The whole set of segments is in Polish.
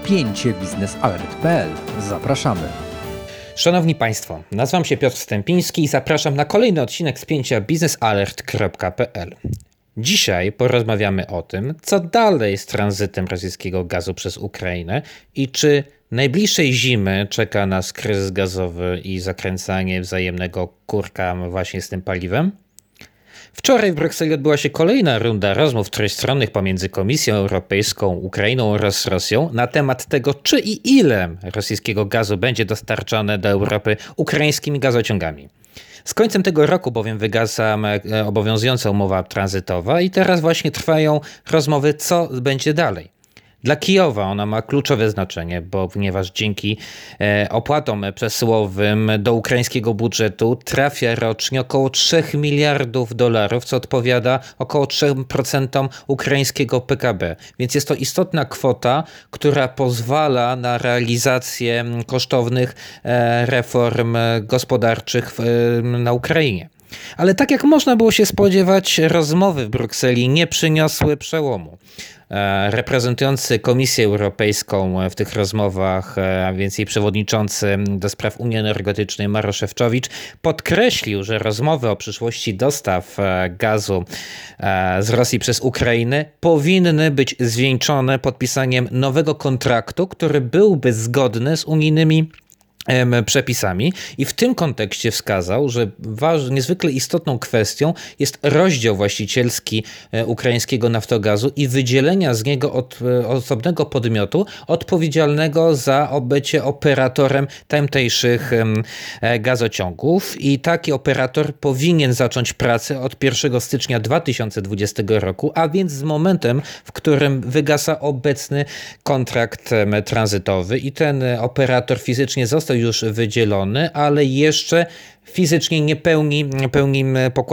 spięcie biznesalert.pl. Zapraszamy. Szanowni Państwo, nazywam się Piotr Stępiński i zapraszam na kolejny odcinek spięcia biznesalert.pl. Dzisiaj porozmawiamy o tym, co dalej z tranzytem rosyjskiego gazu przez Ukrainę i czy najbliższej zimy czeka nas kryzys gazowy i zakręcanie wzajemnego kurka właśnie z tym paliwem. Wczoraj w Brukseli odbyła się kolejna runda rozmów trójstronnych pomiędzy Komisją Europejską, Ukrainą oraz Rosją na temat tego, czy i ile rosyjskiego gazu będzie dostarczane do Europy ukraińskimi gazociągami. Z końcem tego roku bowiem wygasa obowiązująca umowa tranzytowa i teraz właśnie trwają rozmowy, co będzie dalej. Dla Kijowa ona ma kluczowe znaczenie, ponieważ dzięki opłatom przesyłowym do ukraińskiego budżetu trafia rocznie około 3 miliardów dolarów, co odpowiada około 3% ukraińskiego PKB. Więc jest to istotna kwota, która pozwala na realizację kosztownych reform gospodarczych na Ukrainie. Ale tak jak można było się spodziewać, rozmowy w Brukseli nie przyniosły przełomu. Reprezentujący Komisję Europejską w tych rozmowach, a więc jej przewodniczący do spraw Unii Energetycznej Marosz Szefczowicz podkreślił, że rozmowy o przyszłości dostaw gazu z Rosji przez Ukrainę powinny być zwieńczone podpisaniem nowego kontraktu, który byłby zgodny z unijnymi przepisami i w tym kontekście wskazał, że niezwykle istotną kwestią jest rozdział właścicielski ukraińskiego Naftogazu i wydzielenia z niego osobnego podmiotu odpowiedzialnego za bycie operatorem tamtejszych gazociągów i taki operator powinien zacząć pracę od 1 stycznia 2020 roku, a więc z momentem, w którym wygasa obecny kontrakt tranzytowy i ten operator fizycznie został już wydzielony, ale jeszcze fizycznie nie pełni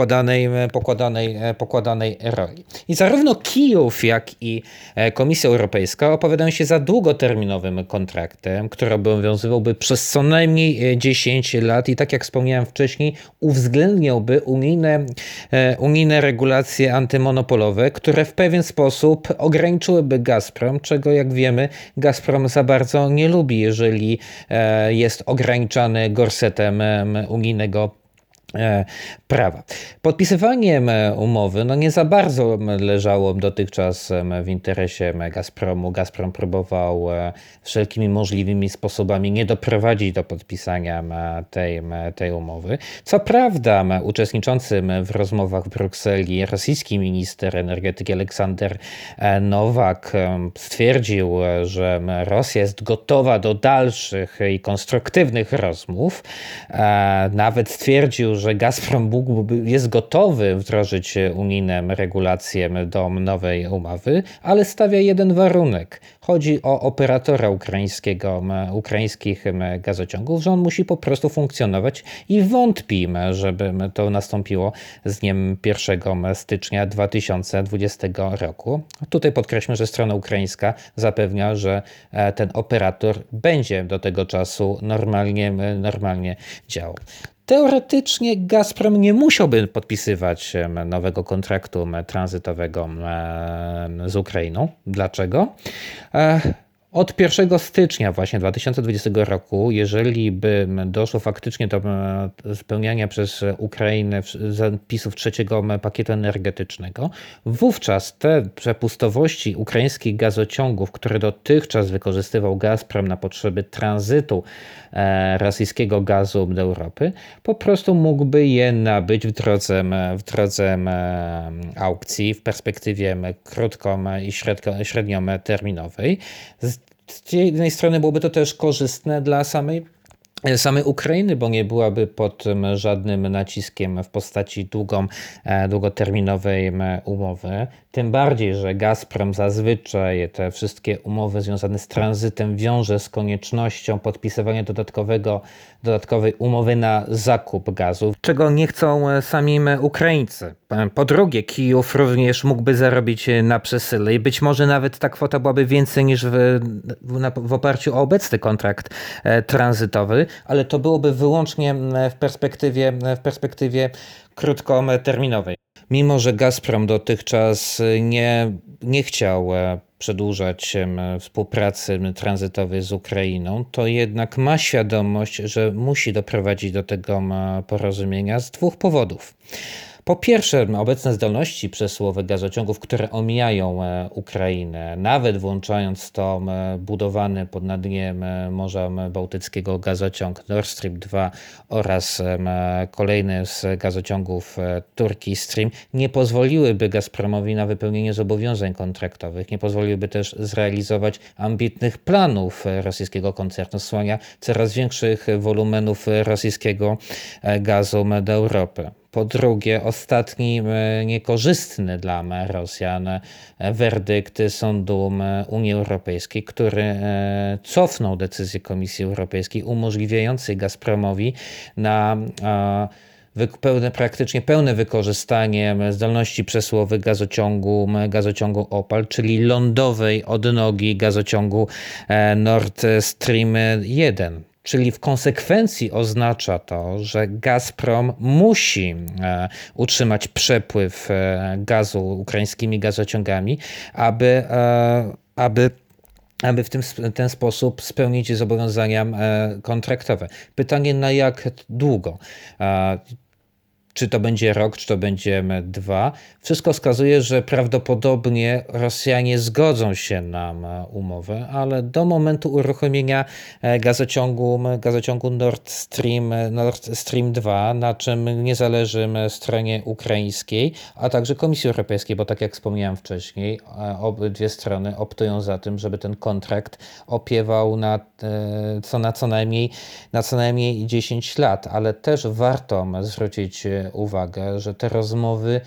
pokładanej roli. I zarówno Kijów, jak i Komisja Europejska opowiadają się za długoterminowym kontraktem, który obowiązywałby przez co najmniej 10 lat i tak jak wspomniałem wcześniej, uwzględniałby unijne regulacje antymonopolowe, które w pewien sposób ograniczyłyby Gazprom, czego jak wiemy Gazprom za bardzo nie lubi, jeżeli jest ograniczany gorsetem unijnego prawa. Podpisywaniem umowy nie za bardzo leżało dotychczas w interesie Gazpromu. Gazprom próbował wszelkimi możliwymi sposobami nie doprowadzić do podpisania tej umowy. Co prawda uczestniczący w rozmowach w Brukseli rosyjski minister energetyki Aleksander Nowak stwierdził, że Rosja jest gotowa do dalszych i konstruktywnych rozmów. Nawet stwierdził, że Gazprom jest gotowy wdrożyć unijne regulacje do nowej umowy, ale stawia jeden warunek. Chodzi o operatora ukraińskich gazociągów, że on musi po prostu funkcjonować i wątpi, żeby to nastąpiło z dniem 1 stycznia 2020 roku. Tutaj podkreślmy, że strona ukraińska zapewnia, że ten operator będzie do tego czasu normalnie działał. Teoretycznie Gazprom nie musiałby podpisywać nowego kontraktu tranzytowego z Ukrainą. Dlaczego? Od 1 stycznia właśnie 2020 roku, jeżeli by doszło faktycznie do spełniania przez Ukrainę zapisów trzeciego pakietu energetycznego, wówczas te przepustowości ukraińskich gazociągów, które dotychczas wykorzystywał Gazprom na potrzeby tranzytu rosyjskiego gazu do Europy, po prostu mógłby je nabyć w drodze aukcji w perspektywie krótką i średnioterminowej. Z jednej strony byłoby to też korzystne dla samej Ukrainy, bo nie byłaby pod żadnym naciskiem w postaci długoterminowej umowy. Tym bardziej, że Gazprom zazwyczaj te wszystkie umowy związane z tranzytem wiąże z koniecznością podpisywania dodatkowej umowy na zakup gazu, czego nie chcą sami Ukraińcy. Po drugie, Kijów również mógłby zarobić na przesyle i być może nawet ta kwota byłaby więcej niż w oparciu o obecny kontrakt tranzytowy, ale to byłoby wyłącznie w perspektywie krótkoterminowej. Mimo że Gazprom dotychczas nie chciał przedłużać współpracy tranzytowej z Ukrainą, to jednak ma świadomość, że musi doprowadzić do tego porozumienia z dwóch powodów. Po pierwsze, obecne zdolności przesyłowe gazociągów, które omijają Ukrainę, nawet włączając to budowany pod dniem Morza Bałtyckiego gazociąg Nord Stream 2 oraz kolejny z gazociągów Turkey Stream, nie pozwoliłyby Gazpromowi na wypełnienie zobowiązań kontraktowych, nie pozwoliłyby też zrealizować ambitnych planów rosyjskiego koncernu zsłania coraz większych wolumenów rosyjskiego gazu do Europy. Po drugie, ostatni niekorzystny dla Rosjan werdykt Sądu Unii Europejskiej, który cofnął decyzję Komisji Europejskiej umożliwiającej Gazpromowi na praktycznie pełne wykorzystanie zdolności przesyłowych gazociągu Opal, czyli lądowej odnogi gazociągu Nord Stream 1. Czyli w konsekwencji oznacza to, że Gazprom musi utrzymać przepływ gazu ukraińskimi gazociągami, aby w ten sposób spełnić zobowiązania kontraktowe. Pytanie, na jak długo? Czy to będzie rok, czy to będzie 2. Wszystko wskazuje, że prawdopodobnie Rosjanie zgodzą się na umowę, ale do momentu uruchomienia gazociągu Nord Stream 2, na czym nie zależy stronie ukraińskiej, a także Komisji Europejskiej, bo tak jak wspomniałem wcześniej, obydwie strony optują za tym, żeby ten kontrakt opiewał na co najmniej 10 lat, ale też warto zwrócić uwagę, że te rozmowy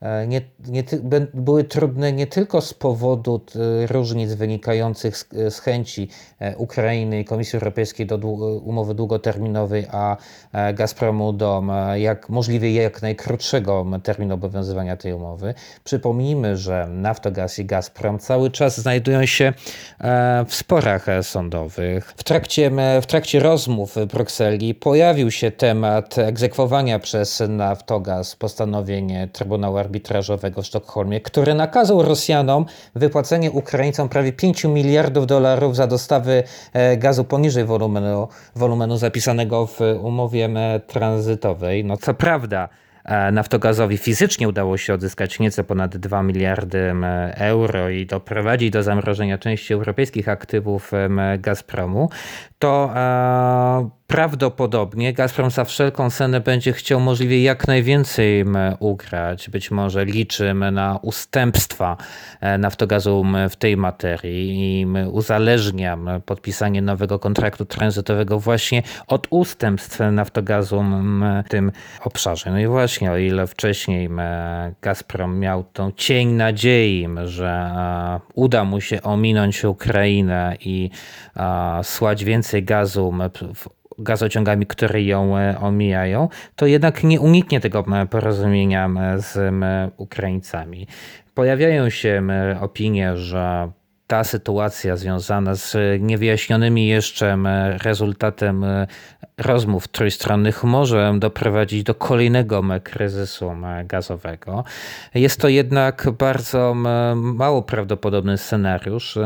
były trudne nie tylko z powodu różnic wynikających z chęci Ukrainy i Komisji Europejskiej do umowy długoterminowej, a Gazpromu do możliwie jak najkrótszego terminu obowiązywania tej umowy. Przypomnijmy, że Naftogaz i Gazprom cały czas znajdują się w sporach sądowych. W trakcie rozmów w Brukseli pojawił się temat egzekwowania przez Naftogaz postanowień Trybunału Arbitrażowego w Sztokholmie, który nakazał Rosjanom wypłacenie Ukraińcom prawie $5 miliardów za dostawy gazu poniżej wolumenu zapisanego w umowie tranzytowej. No co prawda Naftogazowi fizycznie udało się odzyskać nieco ponad 2 miliardy euro i doprowadzić do zamrożenia części europejskich aktywów Gazpromu, to prawdopodobnie Gazprom za wszelką cenę będzie chciał możliwie jak najwięcej ugrać. Być może liczy na ustępstwa Naftogazu w tej materii i uzależnia podpisanie nowego kontraktu tranzytowego właśnie od ustępstw Naftogazu w tym obszarze. No i właśnie, o ile wcześniej Gazprom miał tą cień nadziei, że uda mu się ominąć Ukrainę i słać więcej gazu gazociągami, które ją omijają, to jednak nie uniknie tego porozumienia z Ukraińcami. Pojawiają się opinie, że ta sytuacja związana z niewyjaśnionymi jeszcze rezultatem rozmów trójstronnych może doprowadzić do kolejnego kryzysu gazowego. Jest to jednak bardzo mało prawdopodobny scenariusz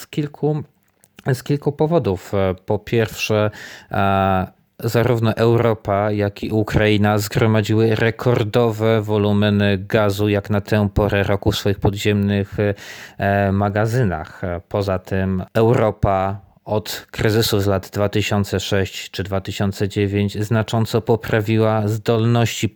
z kilku powodów. Po pierwsze, zarówno Europa, jak i Ukraina zgromadziły rekordowe wolumeny gazu jak na tę porę roku w swoich podziemnych magazynach. Poza tym Europa od kryzysu z lat 2006 czy 2009 znacząco poprawiła zdolności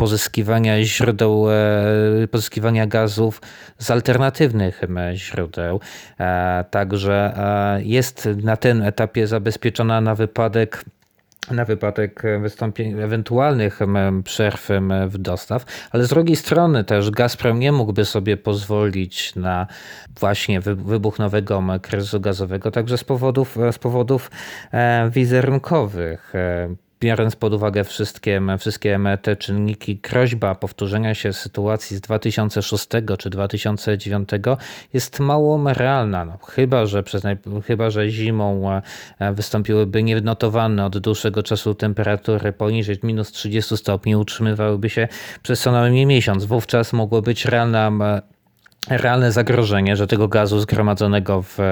pozyskiwania gazów z alternatywnych źródeł. Także jest na tym etapie zabezpieczona na wypadek wystąpienia ewentualnych przerw w dostaw, ale z drugiej strony też Gazprom nie mógłby sobie pozwolić na właśnie wybuch nowego kryzysu gazowego, także z powodów wizerunkowych. biorąc pod uwagę wszystkie te czynniki, groźba powtórzenia się sytuacji z 2006 czy 2009 jest mało realna. No, chyba że zimą wystąpiłyby nienotowane od dłuższego czasu temperatury poniżej minus 30 stopni, utrzymywałyby się przez co najmniej miesiąc. Wówczas mogło być realne zagrożenie, że tego gazu zgromadzonego w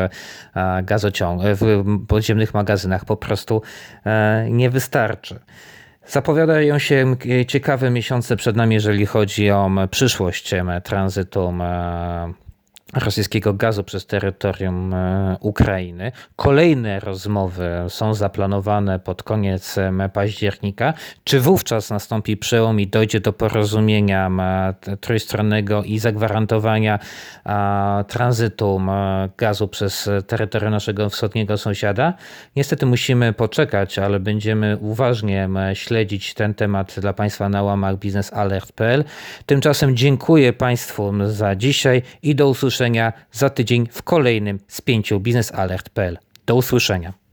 w podziemnych magazynach po prostu nie wystarczy. Zapowiadają się ciekawe miesiące przed nami, jeżeli chodzi o przyszłość tranzytu rosyjskiego gazu przez terytorium Ukrainy. Kolejne rozmowy są zaplanowane pod koniec października. Czy wówczas nastąpi przełom i dojdzie do porozumienia trójstronnego i zagwarantowania tranzytu gazu przez terytorium naszego wschodniego sąsiada? Niestety musimy poczekać, ale będziemy uważnie śledzić ten temat dla Państwa na łamach biznesalert.pl. Tymczasem dziękuję Państwu za dzisiaj i do usłyszenia za tydzień w kolejnym spięciu biznesalert.pl. Do usłyszenia.